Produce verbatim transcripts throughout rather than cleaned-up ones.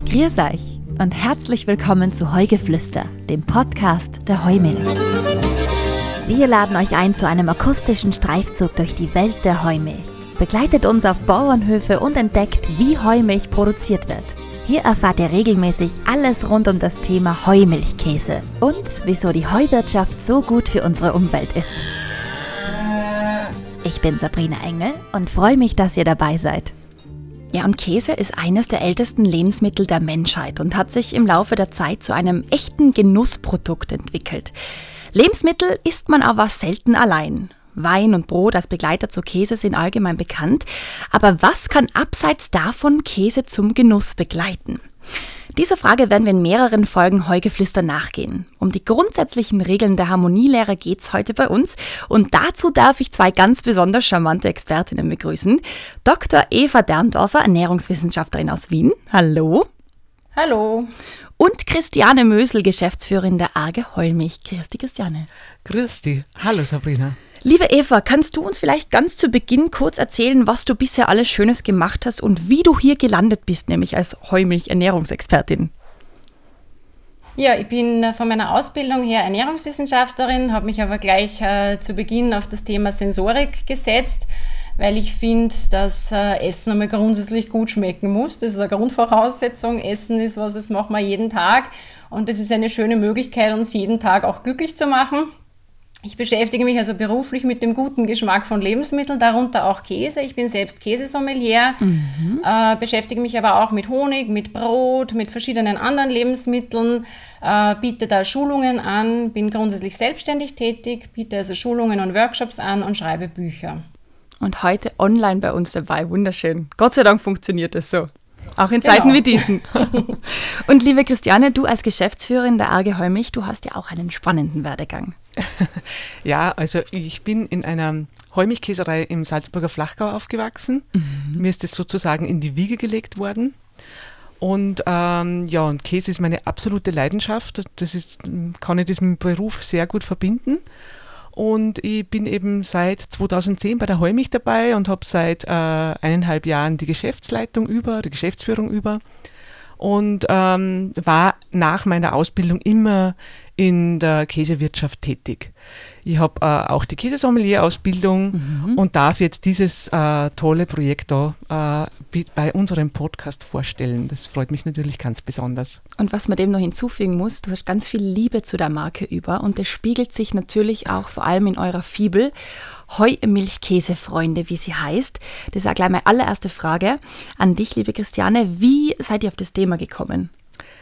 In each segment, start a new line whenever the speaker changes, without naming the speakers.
Grüß euch und herzlich willkommen zu Heugeflüster, dem Podcast der Heumilch. Wir laden euch ein zu einem akustischen Streifzug durch die Welt der Heumilch. Begleitet uns auf Bauernhöfe und entdeckt, wie Heumilch produziert wird. Hier erfahrt ihr regelmäßig alles rund um das Thema Heumilchkäse und wieso die Heuwirtschaft so gut für unsere Umwelt ist. Ich bin Sabrina Engel und freue mich, dass ihr dabei seid. Ja, und Käse ist eines der ältesten Lebensmittel der Menschheit und hat sich im Laufe der Zeit zu einem echten Genussprodukt entwickelt. Lebensmittel isst man aber selten allein. Wein und Brot als Begleiter zu Käse sind allgemein bekannt. Aber was kann abseits davon Käse zum Genuss begleiten? Dieser Frage werden wir in mehreren Folgen Heugeflüster nachgehen. Um die grundsätzlichen Regeln der Harmonielehre geht es heute bei uns. Und dazu darf ich zwei ganz besonders charmante Expertinnen begrüßen. Doktor Eva Derndorfer, Ernährungswissenschaftlerin aus Wien. Hallo.
Hallo.
Und Christiane Mösel, Geschäftsführerin der Arge Heumilch. Grüß dich, Christiane.
Grüß dich. Hallo, Sabrina.
Liebe Eva, kannst du uns vielleicht ganz zu Beginn kurz erzählen, was du bisher alles Schönes gemacht hast und wie du hier gelandet bist, nämlich als Heumilch-Ernährungsexpertin?
Ja, ich bin von meiner Ausbildung her Ernährungswissenschaftlerin, habe mich aber gleich äh, zu Beginn auf das Thema Sensorik gesetzt, weil ich finde, dass äh, Essen einmal grundsätzlich gut schmecken muss. Das ist eine Grundvoraussetzung. Essen ist was, das machen wir jeden Tag und das ist eine schöne Möglichkeit, uns jeden Tag auch glücklich zu machen. Ich beschäftige mich also beruflich mit dem guten Geschmack von Lebensmitteln, darunter auch Käse. Ich bin selbst Käsesommelier, mhm. äh, beschäftige mich aber auch mit Honig, mit Brot, mit verschiedenen anderen Lebensmitteln, äh, biete da Schulungen an, bin grundsätzlich selbstständig tätig, biete also Schulungen und Workshops an und schreibe Bücher.
Und heute online bei uns dabei, wunderschön. Gott sei Dank funktioniert das so. Auch in Zeiten
genau.
wie diesen. Und liebe Christiane, du als Geschäftsführerin der Arge Heumilch, du hast ja auch einen spannenden Werdegang.
Ja, also ich bin in einer Heumilchkäserei im Salzburger Flachgau aufgewachsen. Mhm. Mir ist das sozusagen in die Wiege gelegt worden. Und ähm, ja, und Käse ist meine absolute Leidenschaft. Das ist, kann ich das mit dem Beruf sehr gut verbinden. Und ich bin eben seit zweitausendzehn bei der Heumilch dabei und habe seit äh, eineinhalb Jahren die Geschäftsleitung über, die Geschäftsführung über und ähm, war nach meiner Ausbildung immer in der Käsewirtschaft tätig. Ich habe äh, auch die Käsesommelier-Ausbildung mhm. und darf jetzt dieses äh, tolle Projekt da äh, bei unserem Podcast vorstellen. Das freut mich natürlich ganz besonders.
Und was man dem noch hinzufügen muss, du hast ganz viel Liebe zu der Marke über und das spiegelt sich natürlich auch vor allem in eurer Fibel Heumilchkäsefreunde, wie sie heißt. Das ist auch gleich meine allererste Frage an dich, liebe Christiane. Wie seid ihr auf das Thema gekommen?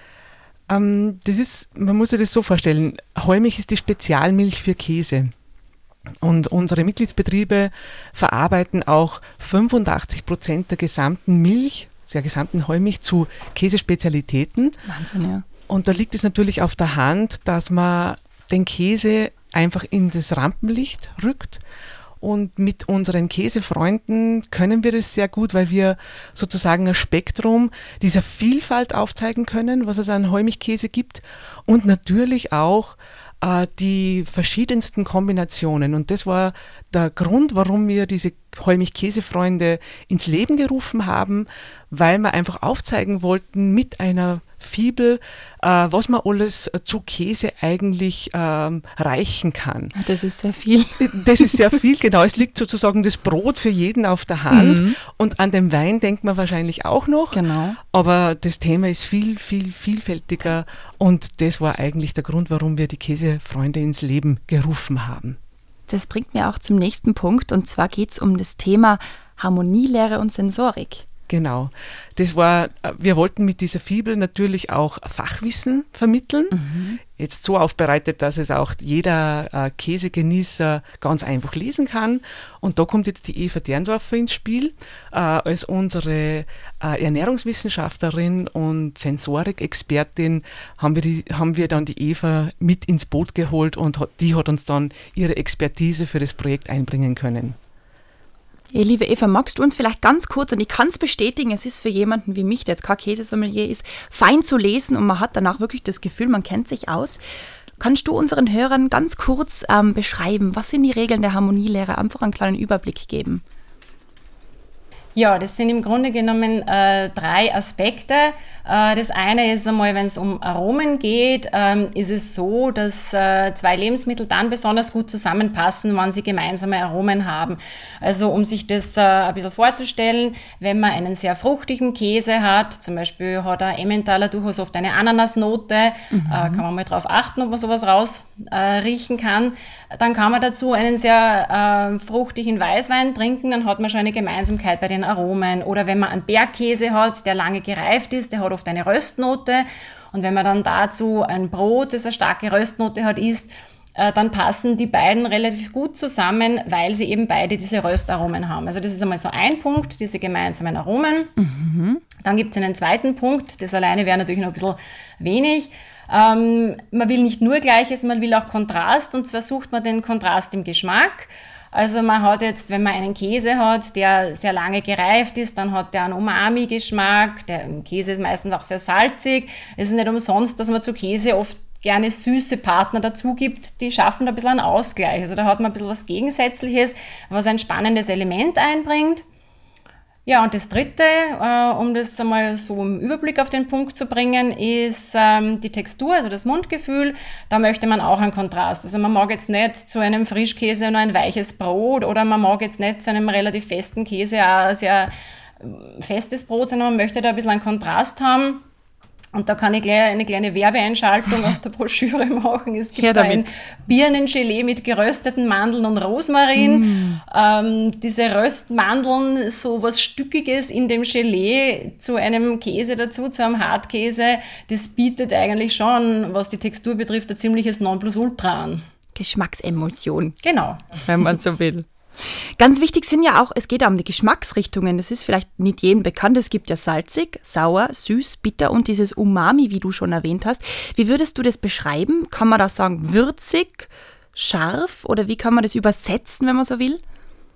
Ähm, das ist, man muss sich das so vorstellen, Heumilch ist die Spezialmilch für Käse. Und unsere Mitgliedsbetriebe verarbeiten auch fünfundachtzig Prozent der gesamten Milch, der gesamten Heumilch zu Käsespezialitäten.
Wahnsinn, ja.
Und da liegt es natürlich auf der Hand, dass man den Käse einfach in das Rampenlicht rückt. Und mit unseren Käsefreunden können wir das sehr gut, weil wir sozusagen ein Spektrum dieser Vielfalt aufzeigen können, was es an Heumilchkäse gibt und natürlich auch äh, die verschiedensten Kombinationen. Und das war der Grund, warum wir diese Heumilchkäsefreunde ins Leben gerufen haben, weil wir einfach aufzeigen wollten mit einer Fibel, äh, was man alles zu Käse eigentlich ähm, reichen kann.
Das ist sehr viel.
Das ist sehr viel, genau. Es liegt sozusagen das Brot für jeden auf der Hand mhm. und an den Wein denkt man wahrscheinlich auch noch.
Genau.
Aber das Thema ist viel, viel vielfältiger und das war eigentlich der Grund, warum wir die Käsefreunde ins Leben gerufen haben.
Das bringt mir auch zum nächsten Punkt und zwar geht es um das Thema Harmonielehre und Sensorik.
Genau. Das war, wir wollten mit dieser Fibel natürlich auch Fachwissen vermitteln. Mhm. Jetzt so aufbereitet, dass es auch jeder äh, Käsegenießer ganz einfach lesen kann. Und da kommt jetzt die Eva Derndorfer ins Spiel, äh, als unsere äh, Ernährungswissenschaftlerin und Sensorik-Expertin haben wir, die, haben wir dann die Eva mit ins Boot geholt und hat, die hat uns dann ihre Expertise für das Projekt einbringen können.
Ja, liebe Eva, magst du uns vielleicht ganz kurz, und ich kann es bestätigen, es ist für jemanden wie mich, der jetzt kein Käsesommelier ist, fein zu lesen und man hat danach wirklich das Gefühl, man kennt sich aus. Kannst du unseren Hörern ganz kurz ähm, beschreiben, was sind die Regeln der Harmonielehre, einfach einen kleinen Überblick geben?
Ja, das sind im Grunde genommen äh, drei Aspekte. Äh, das eine ist einmal, wenn es um Aromen geht, ähm, ist es so, dass äh, zwei Lebensmittel dann besonders gut zusammenpassen, wenn sie gemeinsame Aromen haben. Also um sich das äh, ein bisschen vorzustellen, wenn man einen sehr fruchtigen Käse hat, zum Beispiel hat ein Emmentaler durchaus oft eine Ananasnote, mhm. äh, kann man mal darauf achten, ob man sowas rausriechen äh, kann. Dann kann man dazu einen sehr äh, fruchtigen Weißwein trinken, dann hat man schon eine Gemeinsamkeit bei den Aromen. Oder wenn man einen Bergkäse hat, der lange gereift ist, der hat oft eine Röstnote. Und wenn man dann dazu ein Brot, das eine starke Röstnote hat, isst, äh, dann passen die beiden relativ gut zusammen, weil sie eben beide diese Röstaromen haben. Also das ist einmal so ein Punkt, diese gemeinsamen Aromen. Mhm. Dann gibt es einen zweiten Punkt, das alleine wäre natürlich noch ein bisschen wenig. Ähm, man will nicht nur Gleiches, man will auch Kontrast, und zwar sucht man den Kontrast im Geschmack. Also man hat jetzt, wenn man einen Käse hat, der sehr lange gereift ist, dann hat der einen Umami-Geschmack. Der Käse ist meistens auch sehr salzig. Es ist nicht umsonst, dass man zu Käse oft gerne süße Partner dazu gibt, die schaffen da ein bisschen einen Ausgleich. Also da hat man ein bisschen was Gegensätzliches, was ein spannendes Element einbringt. Ja, und das Dritte, äh, um das einmal so im Überblick auf den Punkt zu bringen, ist ähm, die Textur, also das Mundgefühl. Da möchte man auch einen Kontrast. Also man mag jetzt nicht zu einem Frischkäse nur ein weiches Brot, oder man mag jetzt nicht zu einem relativ festen Käse auch ein sehr festes Brot, sondern man möchte da ein bisschen einen Kontrast haben. Und da kann ich gleich eine kleine Werbeeinschaltung aus der Broschüre machen. Es gibt da ein Birnengelee mit gerösteten Mandeln und Rosmarin. Mm. Ähm, diese Röstmandeln, so was Stückiges in dem Gelee zu einem Käse dazu, zu einem Hartkäse, das bietet eigentlich schon, was die Textur betrifft, ein ziemliches Nonplusultra an.
Geschmacksemulsion.
Genau.
Wenn man so will. Ganz wichtig sind ja auch, es geht ja um die Geschmacksrichtungen. Das ist vielleicht nicht jedem bekannt. Es gibt ja salzig, sauer, süß, bitter und dieses Umami, wie du schon erwähnt hast. Wie würdest du das beschreiben? Kann man da sagen würzig, scharf, oder wie kann man das übersetzen, wenn man so will?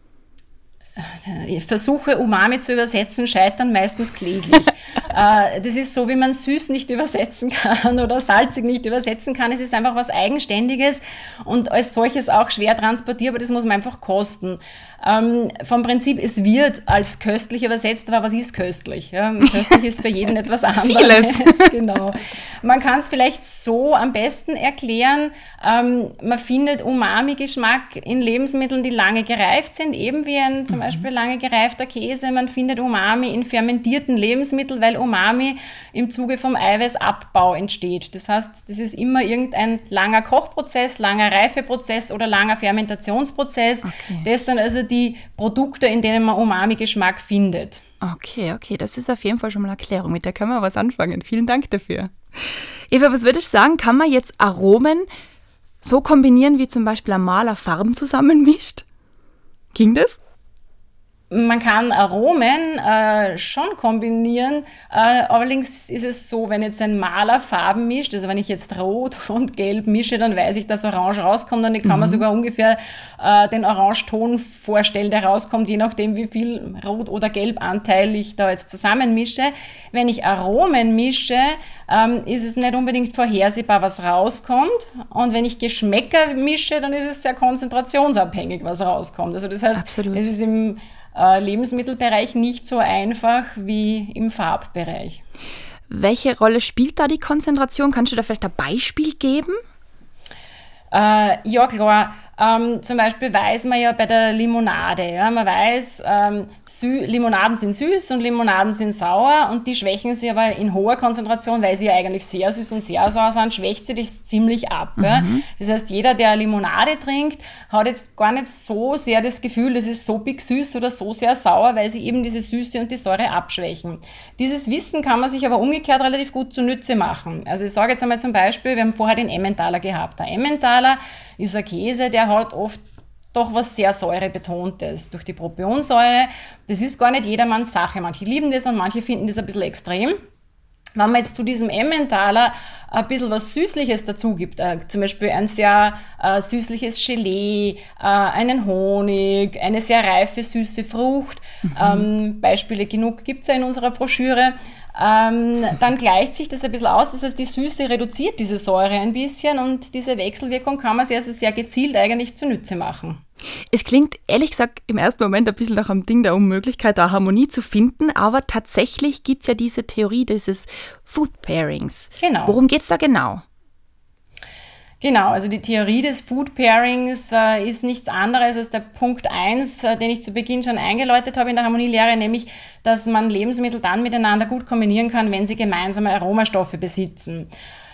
Ich versuche, Umami zu übersetzen, scheitern meistens kläglich. äh, das ist so, wie man süß nicht übersetzen kann oder salzig nicht übersetzen kann. Es ist einfach was Eigenständiges und als solches auch schwer transportierbar. Das muss man einfach kosten. Ähm, vom Prinzip, es wird als köstlich übersetzt, aber was ist köstlich? Ja? Köstlich ist für jeden etwas anderes.
Vieles.
Genau. Man kann es vielleicht so am besten erklären, ähm, man findet Umami-Geschmack in Lebensmitteln, die lange gereift sind, eben wie ein zum Beispiel lange gereifter Käse. Man findet Umami in fermentierten Lebensmitteln, weil Umami im Zuge vom Eiweißabbau entsteht. Das heißt, das ist immer irgendein langer Kochprozess, langer Reifeprozess oder langer Fermentationsprozess. Okay. Das sind also die Produkte, in denen man Umami-Geschmack findet.
Okay, okay, das ist auf jeden Fall schon mal eine Erklärung, mit der können wir was anfangen. Vielen Dank dafür. Eva, was würdest du sagen, kann man jetzt Aromen so kombinieren, wie zum Beispiel ein Maler Farben zusammenmischt? Ging das?
Man kann Aromen äh, schon kombinieren, äh, allerdings ist es so, wenn jetzt ein Maler Farben mischt, also wenn ich jetzt Rot und Gelb mische, dann weiß ich, dass Orange rauskommt, und ich kann mhm. mir sogar ungefähr äh, den Orangeton vorstellen, der rauskommt, je nachdem, wie viel Rot- oder Gelbanteil ich da jetzt zusammenmische. Wenn ich Aromen mische, ähm, ist es nicht unbedingt vorhersehbar, was rauskommt, und wenn ich Geschmäcker mische, dann ist es sehr konzentrationsabhängig, was rauskommt. Also das heißt, Absolut. Es ist im Lebensmittelbereich nicht so einfach wie im Farbbereich.
Welche Rolle spielt da die Konzentration? Kannst du da vielleicht ein Beispiel geben?
Äh, ja, klar. Ähm, zum Beispiel weiß man ja bei der Limonade, ja, man weiß, ähm, Sü- Limonaden sind süß und Limonaden sind sauer, und die schwächen sie aber in hoher Konzentration, weil sie ja eigentlich sehr süß und sehr sauer sind, schwächt sie das ziemlich ab. Mhm. Ja. Das heißt, jeder, der Limonade trinkt, hat jetzt gar nicht so sehr das Gefühl, das ist so big süß oder so sehr sauer, weil sie eben diese Süße und die Säure abschwächen. Dieses Wissen kann man sich aber umgekehrt relativ gut zunutze machen. Also ich sage jetzt einmal zum Beispiel, wir haben vorher den Emmentaler gehabt. Der Emmentaler ist ein Käse, der hat oft doch was sehr säurebetontes durch die Propionsäure. Das ist gar nicht jedermanns Sache. Manche lieben das und manche finden das ein bisschen extrem. Wenn man jetzt zu diesem Emmentaler ein bisschen was Süßliches dazu gibt, äh, zum Beispiel ein sehr äh, süßliches Gelee, äh, einen Honig, eine sehr reife, süße Frucht, mhm. ähm, Beispiele genug gibt es ja in unserer Broschüre, ähm, dann gleicht sich das ein bisschen aus. Das heißt, die Süße reduziert diese Säure ein bisschen, und diese Wechselwirkung kann man sich also sehr gezielt eigentlich zunutze machen.
Es klingt ehrlich gesagt im ersten Moment ein bisschen nach einem Ding der Unmöglichkeit, da Harmonie zu finden, aber tatsächlich gibt es ja diese Theorie dieses Food Pairings.
Genau.
Worum geht es da genau?
Genau, also die Theorie des Food Pairings äh, ist nichts anderes als der Punkt eins, äh, den ich zu Beginn schon eingeläutet habe in der Harmonielehre, nämlich, dass man Lebensmittel dann miteinander gut kombinieren kann, wenn sie gemeinsame Aromastoffe besitzen.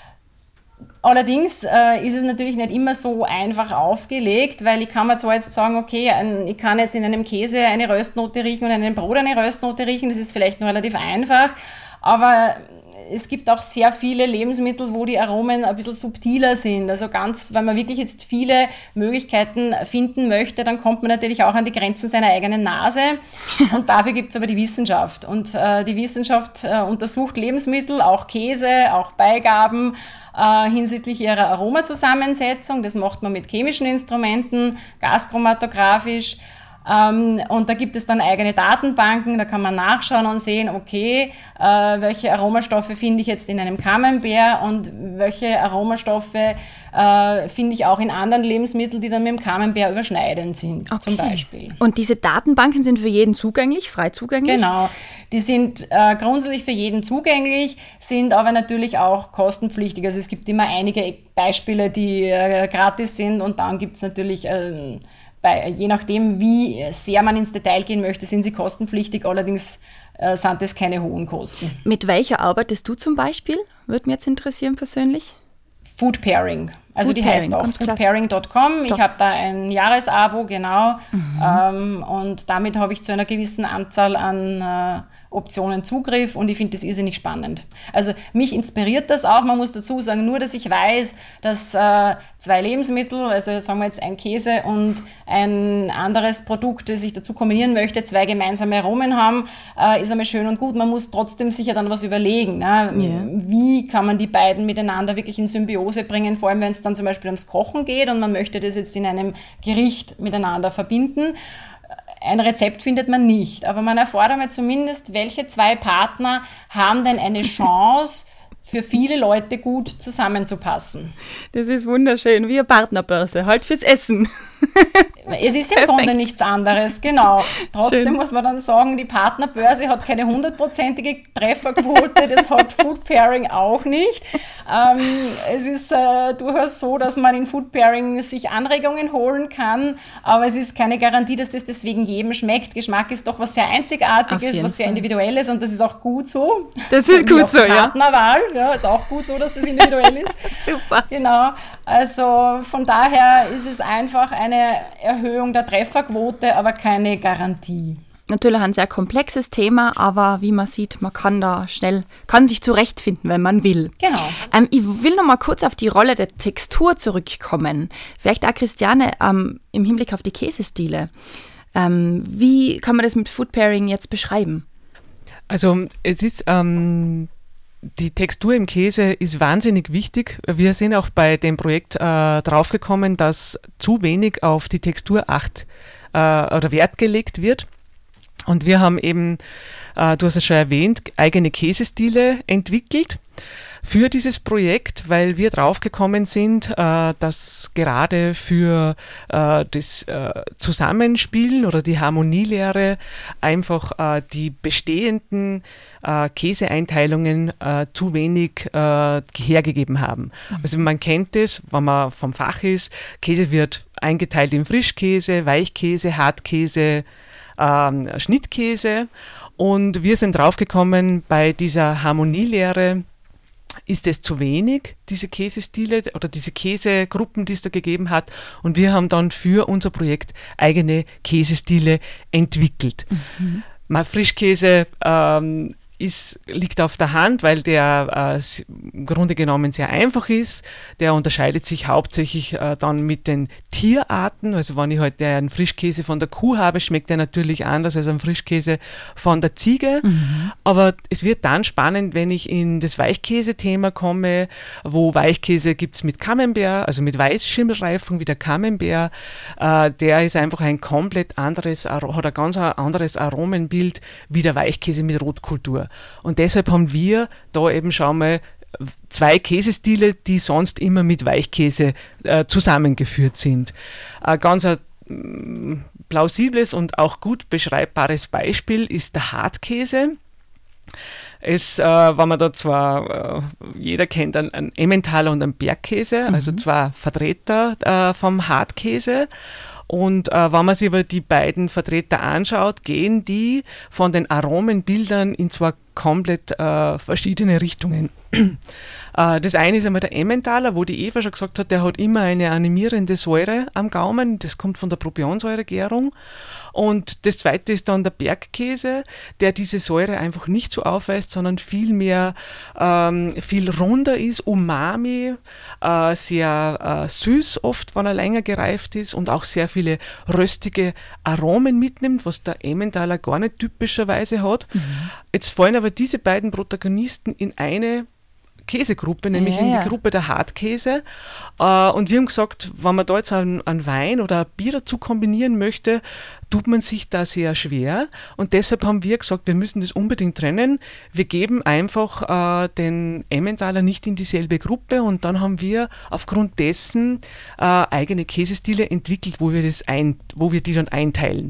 Allerdings äh, ist es natürlich nicht immer so einfach aufgelegt, weil ich kann mir zwar jetzt sagen, okay, ein, ich kann jetzt in einem Käse eine Röstnote riechen und in einem Brot eine Röstnote riechen, das ist vielleicht noch relativ einfach, aber es gibt auch sehr viele Lebensmittel, wo die Aromen ein bisschen subtiler sind. Also ganz, wenn man wirklich jetzt viele Möglichkeiten finden möchte, dann kommt man natürlich auch an die Grenzen seiner eigenen Nase. Und dafür gibt es aber die Wissenschaft. Und äh, die Wissenschaft äh, untersucht Lebensmittel, auch Käse, auch Beigaben, äh, hinsichtlich ihrer Aromazusammensetzung. Das macht man mit chemischen Instrumenten, gaschromatographisch. Um, und da gibt es dann eigene Datenbanken, da kann man nachschauen und sehen, okay, äh, welche Aromastoffe finde ich jetzt in einem Camembert und welche Aromastoffe äh, finde ich auch in anderen Lebensmitteln, die dann mit dem Camembert überschneidend sind,
okay.
Zum Beispiel.
Und diese Datenbanken sind für jeden zugänglich, frei zugänglich?
Genau, die sind äh, grundsätzlich für jeden zugänglich, sind aber natürlich auch kostenpflichtig. Also es gibt immer einige Beispiele, die äh, gratis sind und dann gibt es natürlich äh, Bei, je nachdem, wie sehr man ins Detail gehen möchte, sind sie kostenpflichtig, allerdings äh, sind es keine hohen Kosten.
Mit welcher arbeitest du zum Beispiel? Würde mich jetzt interessieren persönlich.
Food Pairing. Also
Food
die
Pairing,
heißt auch food pairing punkt com. Ich habe da ein Jahresabo, genau. Mhm. Ähm, und damit habe ich zu einer gewissen Anzahl an äh, Optionen Zugriff und ich finde das irrsinnig spannend. Also mich inspiriert das auch, man muss dazu sagen, nur dass ich weiß, dass äh, zwei Lebensmittel, also sagen wir jetzt ein Käse und ein anderes Produkt, das ich dazu kombinieren möchte, zwei gemeinsame Aromen haben, äh, ist einmal schön und gut. Man muss trotzdem sicher dann was überlegen. Ne? Yeah. Wie kann man die beiden miteinander wirklich in Symbiose bringen, vor allem wenn es dann zum Beispiel ums Kochen geht und man möchte das jetzt in einem Gericht miteinander verbinden. Ein Rezept findet man nicht, aber man erfährt einmal zumindest, welche zwei Partner haben denn eine Chance, für viele Leute gut zusammenzupassen.
Das ist wunderschön, wie eine Partnerbörse, halt fürs Essen.
Es ist im Grunde nichts anderes, genau. Trotzdem Schön. Muss man dann sagen, die Partnerbörse hat keine hundertprozentige Trefferquote, das hat Food Pairing auch nicht. Ähm, es ist äh, durchaus so, dass man in Food Pairing sich Anregungen holen kann, aber es ist keine Garantie, dass das deswegen jedem schmeckt. Geschmack ist doch was sehr Einzigartiges, was sehr Fall. Individuelles und das ist auch gut so.
Das ist gut so, ja.
Partnerwahl, ja, ist auch gut so, dass das individuell ist.
Super.
Genau, also von daher ist es einfach eine Erhöhung der Trefferquote, aber keine Garantie.
Natürlich ein sehr komplexes Thema, aber wie man sieht, man kann da schnell, kann sich zurechtfinden, wenn man will.
Genau.
Ähm, ich will noch mal kurz auf die Rolle der Textur zurückkommen. Vielleicht auch Christiane, ähm, im Hinblick auf die Käsestile. Ähm, wie kann man das mit Food Pairing jetzt beschreiben?
Also es ist... Ähm Die Textur im Käse ist wahnsinnig wichtig. Wir sind auch bei dem Projekt äh, draufgekommen, dass zu wenig auf die Textur Acht äh, oder Wert gelegt wird. Und wir haben eben, äh, du hast es schon erwähnt, eigene Käsestile entwickelt für dieses Projekt, weil wir draufgekommen sind, äh, dass gerade für äh, das äh, Zusammenspielen oder die Harmonielehre einfach äh, die bestehenden äh, Käseeinteilungen äh, zu wenig äh, hergegeben haben. Mhm. Also man kennt es, wenn man vom Fach ist, Käse wird eingeteilt in Frischkäse, Weichkäse, Hartkäse, ähm, Schnittkäse und wir sind draufgekommen bei dieser Harmonielehre, ist es zu wenig, diese Käsestile oder diese Käsegruppen, die es da gegeben hat. Und wir haben dann für unser Projekt eigene Käsestile entwickelt. Mhm. Mal Frischkäse ähm, ist, liegt auf der Hand, weil der äh, im Grunde genommen sehr einfach ist. Der unterscheidet sich hauptsächlich äh, dann mit den Tierarten. Also wenn ich heute einen Frischkäse von der Kuh habe, schmeckt der natürlich anders als ein Frischkäse von der Ziege. Mhm. Aber es wird dann spannend, wenn ich in das Weichkäse-Thema komme, wo Weichkäse gibt es mit Camembert, also mit Weißschimmelreifung wie der Camembert. Äh, der ist einfach ein komplett anderes, hat ein ganz anderes Aromenbild wie der Weichkäse mit Rotkultur. Und deshalb haben wir da eben schon mal zwei Käsestile, die sonst immer mit Weichkäse äh, zusammengeführt sind. Ein ganz mh, plausibles und auch gut beschreibbares Beispiel ist der Hartkäse. Es, äh, wenn man da zwar, äh, jeder kennt einen, einen Emmentaler und einen Bergkäse, mhm. also zwei Vertreter äh, vom Hartkäse. Und äh, wenn man sich aber die beiden Vertreter anschaut, gehen die von den Aromenbildern in zwei komplett äh, verschiedene Richtungen. äh, das eine ist einmal der Emmentaler, wo die Eva schon gesagt hat, der hat immer eine animierende Säure am Gaumen, das kommt von der Propionsäuregärung. Und das zweite ist dann der Bergkäse, der diese Säure einfach nicht so aufweist, sondern viel mehr, ähm, viel runder ist, Umami, äh, sehr äh, süß oft, wenn er länger gereift ist und auch sehr viele röstige Aromen mitnimmt, was der Emmentaler gar nicht typischerweise hat. Mhm. Jetzt fallen aber diese beiden Protagonisten in eine Käsegruppe, nämlich ja, in die ja. Gruppe der Hartkäse. Äh, und wir haben gesagt, wenn man da jetzt einen, einen Wein oder ein Bier dazu kombinieren möchte, tut man sich da sehr schwer. Und deshalb haben wir gesagt, wir müssen das unbedingt trennen. Wir geben einfach äh, den Emmentaler nicht in dieselbe Gruppe und dann haben wir aufgrund dessen äh, eigene Käsestile entwickelt, wo wir, das ein, wo wir die dann einteilen.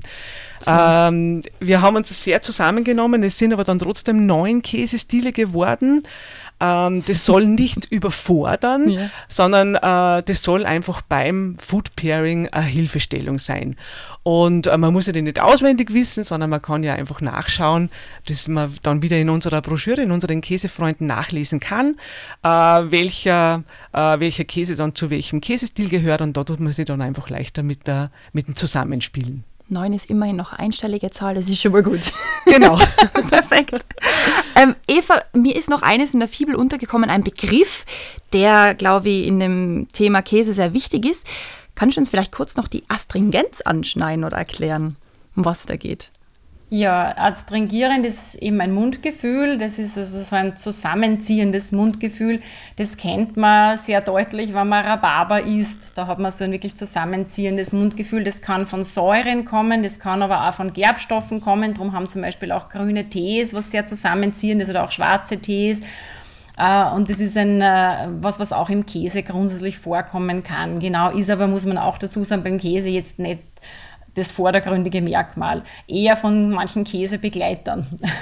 Ähm, wir haben uns sehr zusammengenommen, es sind aber dann trotzdem neun Käsestile geworden. Ähm, das soll nicht überfordern, ja. sondern äh, das soll einfach beim Food Pairing eine Hilfestellung sein. Und äh, man muss ja den nicht auswendig wissen, sondern man kann ja einfach nachschauen, dass man dann wieder in unserer Broschüre, in unseren Käsefreunden nachlesen kann, äh, welcher, äh, welcher Käse dann zu welchem Käsestil gehört, und da tut man sich dann einfach leichter mit, der, mit dem Zusammenspielen.
Neun ist immerhin noch einstellige Zahl, das ist schon mal gut.
Genau.
Perfekt. Ähm, Eva, mir ist noch eines in der Fibel untergekommen, ein Begriff, der, glaube ich, in dem Thema Käse sehr wichtig ist. Kannst du uns vielleicht kurz noch die Astringenz anschneiden oder erklären, um was es da geht?
Ja, astringierend ist eben ein Mundgefühl, das ist also so ein zusammenziehendes Mundgefühl. Das kennt man sehr deutlich, wenn man Rhabarber isst. Da hat man so ein wirklich zusammenziehendes Mundgefühl. Das kann von Säuren kommen, das kann aber auch von Gerbstoffen kommen. Darum haben zum Beispiel auch grüne Tees, was sehr zusammenziehend ist, oder auch schwarze Tees. Und das ist ein, was, was auch im Käse grundsätzlich vorkommen kann. Genau, ist aber, muss man auch dazu sagen, beim Käse jetzt nicht das vordergründige Merkmal, eher von manchen Käsebegleitern.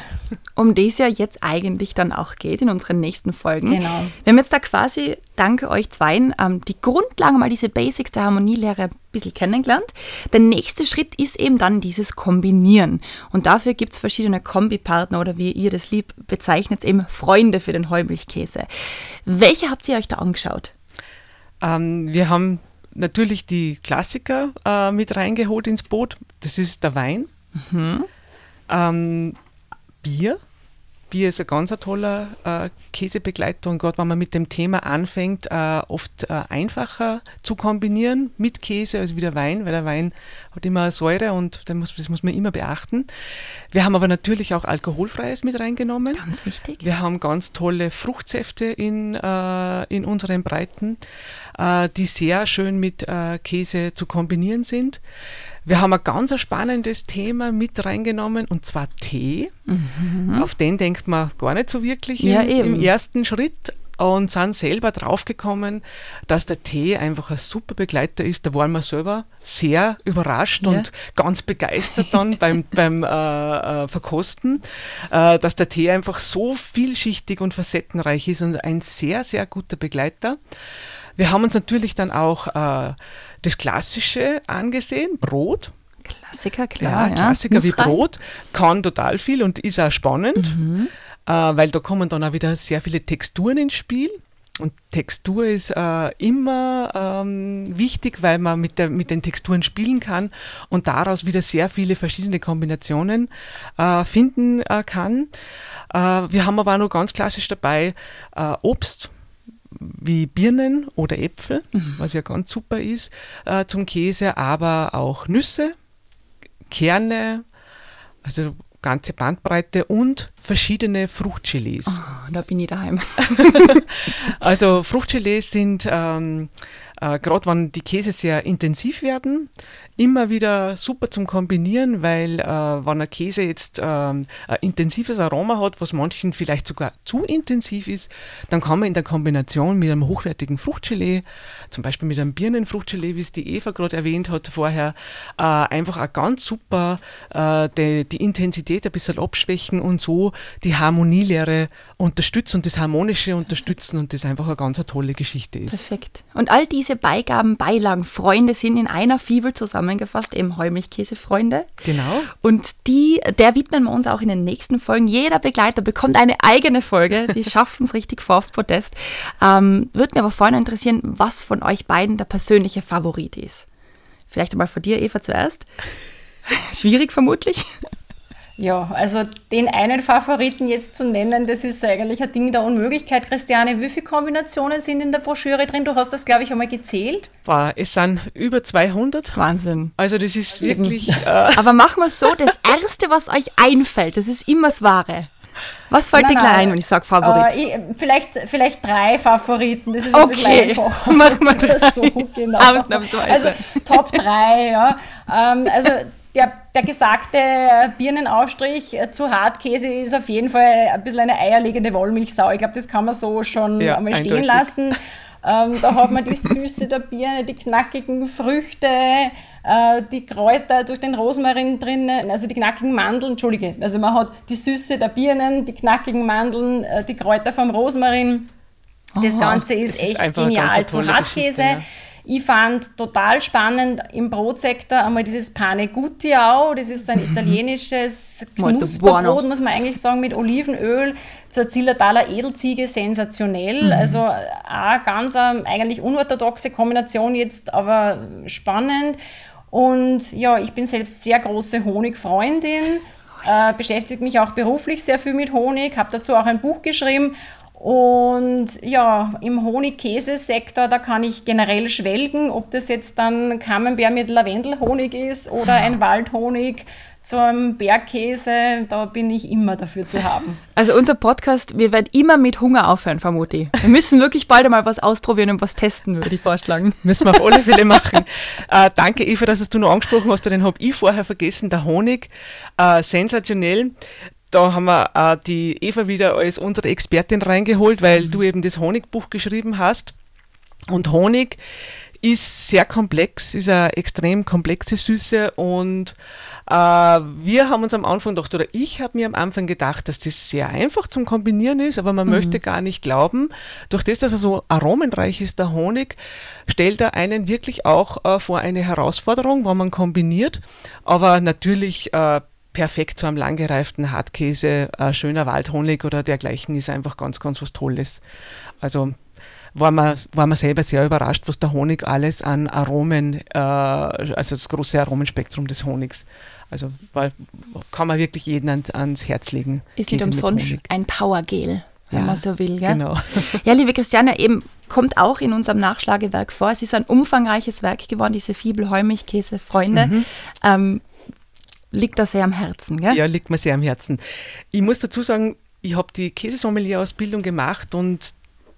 Um das ja jetzt eigentlich dann auch geht in unseren nächsten Folgen.
Genau.
Wir haben jetzt da quasi, danke euch zweien, ähm, die Grundlagen, mal diese Basics der Harmonielehre ein bisschen kennengelernt. Der nächste Schritt ist eben dann dieses Kombinieren. Und dafür gibt es verschiedene Kombipartner oder wie ihr das lieb bezeichnet, eben Freunde für den Heumilchkäse. Welche habt ihr euch da angeschaut?
Ähm, wir haben natürlich die Klassiker äh, mit reingeholt ins Boot. Das ist der Wein. Mhm. Ähm, Bier. Bier ist ein ganz ein toller äh, Käsebegleiter, und gerade wenn man mit dem Thema anfängt, äh, oft äh, einfacher zu kombinieren mit Käse als wie der Wein, weil der Wein hat immer Säure und das muss, das muss man immer beachten. Wir haben aber natürlich auch Alkoholfreies mit reingenommen.
Ganz wichtig.
Wir haben ganz tolle Fruchtsäfte in, äh, in unseren Breiten, äh, die sehr schön mit äh, Käse zu kombinieren sind. Wir haben ein ganz spannendes Thema mit reingenommen, und zwar Tee. Mhm. Auf den denkt man gar nicht so wirklich
ja,
im, im ersten Schritt, und sind selber draufgekommen, dass der Tee einfach ein super Begleiter ist. Da waren wir selber sehr überrascht ja. und ganz begeistert dann beim, beim äh, äh, Verkosten, äh, dass der Tee einfach so vielschichtig und facettenreich ist und ein sehr, sehr guter Begleiter. Wir haben uns natürlich dann auch äh, das Klassische angesehen, Brot.
Klassiker, klar.
Ja, Klassiker ja. wie Brot, kann total viel und ist auch spannend, mhm. äh, weil da kommen dann auch wieder sehr viele Texturen ins Spiel. Und Textur ist äh, immer ähm, wichtig, weil man mit, der, mit den Texturen spielen kann und daraus wieder sehr viele verschiedene Kombinationen äh, finden äh, kann. Äh, wir haben aber auch noch ganz klassisch dabei äh, Obst, wie Birnen oder Äpfel, mhm. was ja ganz super ist äh, zum Käse, aber auch Nüsse, Kerne, also ganze Bandbreite und verschiedene Fruchtgelees.
Oh, da bin ich daheim.
Also Fruchtgelees sind ähm, äh, äh, gerade wenn die Käse sehr intensiv werden, immer wieder super zum Kombinieren, weil äh, wenn ein Käse jetzt ähm, ein intensives Aroma hat, was manchen vielleicht sogar zu intensiv ist, dann kann man in der Kombination mit einem hochwertigen Fruchtgelee, zum Beispiel mit einem Birnenfruchtgelee, wie es die Eva gerade erwähnt hat vorher, äh, einfach auch ganz super äh, die, die Intensität ein bisschen abschwächen und so die Harmonielehre unterstützen und das Harmonische unterstützen und das einfach eine ganz eine tolle Geschichte ist.
Perfekt. Und all diese Beigaben, Beilagen, Freunde sind in einer Fibel zusammengefasst, eben Heumilchkäse-Freunde.
Genau.
Und die, der widmen wir uns auch in den nächsten Folgen. Jeder Begleiter bekommt eine eigene Folge. Die schaffen es richtig vor aufs Podest. Ähm, würde mir aber vorhin interessieren, was von euch beiden der persönliche Favorit ist. Vielleicht einmal von dir, Eva, zuerst. Schwierig vermutlich.
Ja, also den einen Favoriten jetzt zu nennen, das ist eigentlich ein Ding der Unmöglichkeit. Christiane, wie viele Kombinationen sind in der Broschüre drin? Du hast das, glaube ich, einmal gezählt.
Wow, es sind über zweihundert.
Wahnsinn.
Also das ist wirklich... Äh
Aber machen wir es so, das Erste, was euch einfällt, das ist immer das Wahre. Was fällt dir gleich ein, wenn ich sage Favorit?
Äh, ich, vielleicht, vielleicht drei Favoriten, das ist ein bisschen
Okay,
einfach.
machen wir drei.
So, genau.
Ausnahmsweise.
Also Top drei, ja. Ähm, also der, der gesagte Birnenaufstrich zu Hartkäse ist auf jeden Fall ein bisschen eine eierlegende Wollmilchsau. Ich glaube, das kann man so schon
ja,
einmal
eindeutig.
stehen lassen. Ähm, da hat man die Süße der Birne, die knackigen Früchte, äh, die Kräuter durch den Rosmarin drinnen, also die knackigen Mandeln, Entschuldige, also man hat die Süße der Birnen, die knackigen Mandeln, äh, die Kräuter vom Rosmarin. Das Ganze ist,
ist
echt genial zu Hartkäse. Ja. Ich fand total spannend im Brotsektor einmal dieses Pane Guttiau, das ist ein italienisches Knusperbrot, muss man eigentlich sagen, mit Olivenöl zur Zillertaler Edelziege, sensationell. Mhm. Also eine ganz eine, eigentlich unorthodoxe Kombination jetzt, aber spannend. Und ja, ich bin selbst sehr große Honigfreundin, äh, beschäftige mich auch beruflich sehr viel mit Honig, habe dazu auch ein Buch geschrieben. Und ja, im Honig-Käse-Sektor, da kann ich generell schwelgen, ob das jetzt dann Camembert mit Lavendelhonig ist oder ein Waldhonig zum Bergkäse, da bin ich immer dafür zu haben.
Also unser Podcast, wir werden immer mit Hunger aufhören, vermute ich. Wir müssen wirklich bald einmal was ausprobieren und was testen, würde ich vorschlagen.
Müssen wir auf alle Fälle machen. Äh, danke, Eva, dass du noch angesprochen hast, den habe ich vorher vergessen, der Honig, äh, sensationell. Da haben wir äh, die Eva wieder als unsere Expertin reingeholt, weil mhm. du eben das Honigbuch geschrieben hast. Und Honig ist sehr komplex, ist eine extrem komplexe Süße und äh, wir haben uns am Anfang gedacht, oder ich habe mir am Anfang gedacht, dass das sehr einfach zum Kombinieren ist, aber man mhm. möchte gar nicht glauben, durch das, dass er so aromenreich ist, der Honig, stellt er einen wirklich auch äh, vor eine Herausforderung, wenn man kombiniert, aber natürlich äh, perfekt zu einem langgereiften Hartkäse, ein schöner Waldhonig oder dergleichen ist einfach ganz, ganz was Tolles. Also war man, war man selber sehr überrascht, was der Honig alles an Aromen, äh, also das große Aromenspektrum des Honigs, also war, kann man wirklich jeden ans, ans Herz legen.
Ist nicht umsonst ein Powergel, wenn ja, man so will. Gell?
Genau.
Ja, liebe Christiane, eben kommt auch in unserem Nachschlagewerk vor. Es ist ein umfangreiches Werk geworden, diese Fibel Heumilchkäse-Freunde. Mhm. Ähm, liegt da sehr am Herzen, gell?
Ja, liegt mir sehr am Herzen. Ich muss dazu sagen, ich habe die Käsesommelier-Ausbildung gemacht und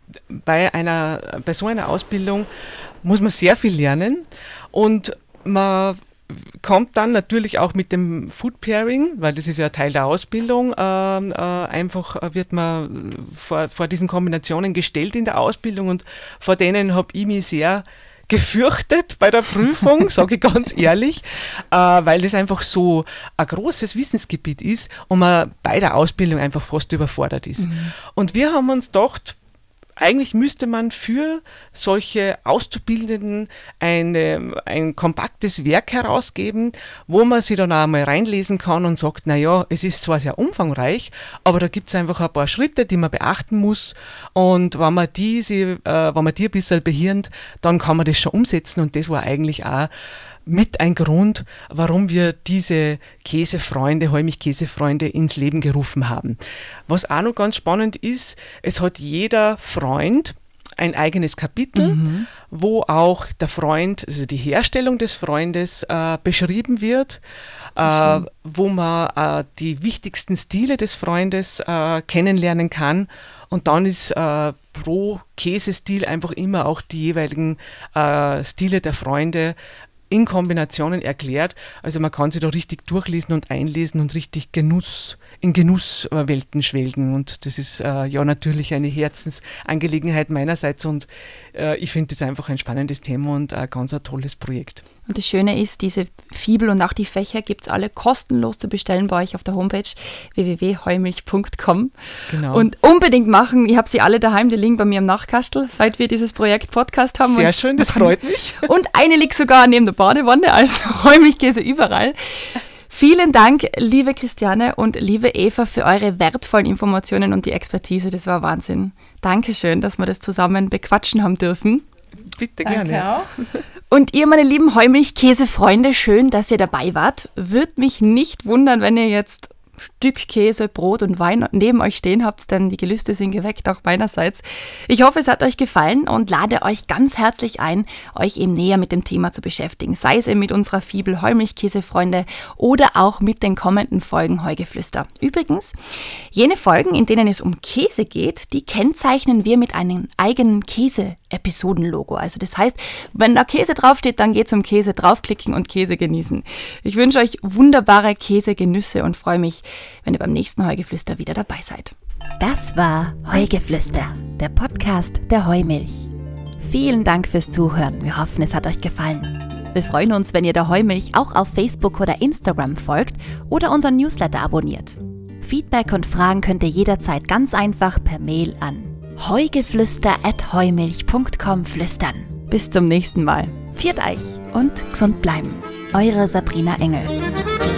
bei, einer, bei so einer Ausbildung muss man sehr viel lernen und man kommt dann natürlich auch mit dem Food Pairing, weil das ist ja Teil der Ausbildung, äh, äh, einfach wird man vor, vor diesen Kombinationen gestellt in der Ausbildung und vor denen habe ich mich sehr gefürchtet bei der Prüfung, sage ich ganz ehrlich, äh, weil das einfach so ein großes Wissensgebiet ist und man bei der Ausbildung einfach fast überfordert ist. Mhm. Und wir haben uns gedacht, eigentlich müsste man für solche Auszubildenden eine, ein kompaktes Werk herausgeben, wo man sich dann auch mal reinlesen kann und sagt, naja, es ist zwar sehr umfangreich, aber da gibt es einfach ein paar Schritte, die man beachten muss und wenn man die, sie, äh, wenn man die ein bisschen behirnt, dann kann man das schon umsetzen und das war eigentlich auch mit ein Grund, warum wir diese Käsefreunde, Heumilchkäsefreunde ins Leben gerufen haben. Was auch noch ganz spannend ist, es hat jeder Freund ein eigenes Kapitel,
Mhm.
wo auch der Freund, also die Herstellung des Freundes äh, beschrieben wird, äh, wo man äh, die wichtigsten Stile des Freundes äh, kennenlernen kann. Und dann ist äh, pro Käsestil einfach immer auch die jeweiligen äh, Stile der Freunde in Kombinationen erklärt. Also man kann sich da richtig durchlesen und einlesen und richtig Genuss, in Genusswelten schwelgen. Und das ist äh, ja natürlich eine Herzensangelegenheit meinerseits und äh, ich finde das einfach ein spannendes Thema und ein ganz ein tolles Projekt.
Und das Schöne ist, diese Fibel und auch die Fächer gibt es alle kostenlos zu bestellen bei euch auf der Homepage w w w punkt heumilch punkt com.
Genau.
Und unbedingt machen, ich habe sie alle daheim, die liegen bei mir im Nachkastel, seit wir dieses Projekt Podcast haben.
Sehr
und
schön, das freut mich.
Und eine liegt sogar neben der Badewanne, also Heumilchkäse überall. Vielen Dank, liebe Christiane und liebe Eva, für eure wertvollen Informationen und die Expertise. Das war Wahnsinn. Dankeschön, dass wir das zusammen bequatschen haben dürfen.
Bitte
Danke
gerne.
auch.
Und ihr, meine lieben Heumilchkäse-Freunde, schön, dass ihr dabei wart. Würde mich nicht wundern, wenn ihr jetzt Stück Käse, Brot und Wein neben euch stehen habt, denn die Gelüste sind geweckt, auch meinerseits. Ich hoffe, es hat euch gefallen und lade euch ganz herzlich ein, euch eben näher mit dem Thema zu beschäftigen, sei es eben mit unserer Fibel Heumilchkäse-Freunde oder auch mit den kommenden Folgen Heugeflüster. Übrigens, jene Folgen, in denen es um Käse geht, die kennzeichnen wir mit einem eigenen Käse-Episoden-Logo. Also das heißt, wenn da Käse draufsteht, dann geht's um Käse, draufklicken und Käse genießen. Ich wünsche euch wunderbare Käsegenüsse und freue mich, wenn ihr beim nächsten Heugeflüster wieder dabei seid. Das war Heugeflüster, der Podcast der Heumilch. Vielen Dank fürs Zuhören. Wir hoffen, es hat euch gefallen. Wir freuen uns, wenn ihr der Heumilch auch auf Facebook oder Instagram folgt oder unseren Newsletter abonniert. Feedback und Fragen könnt ihr jederzeit ganz einfach per Mail an heugeflüster at heumilch punkt com flüstern. Bis zum nächsten Mal. Pfiat euch und gesund bleiben. Eure Sabrina Engel.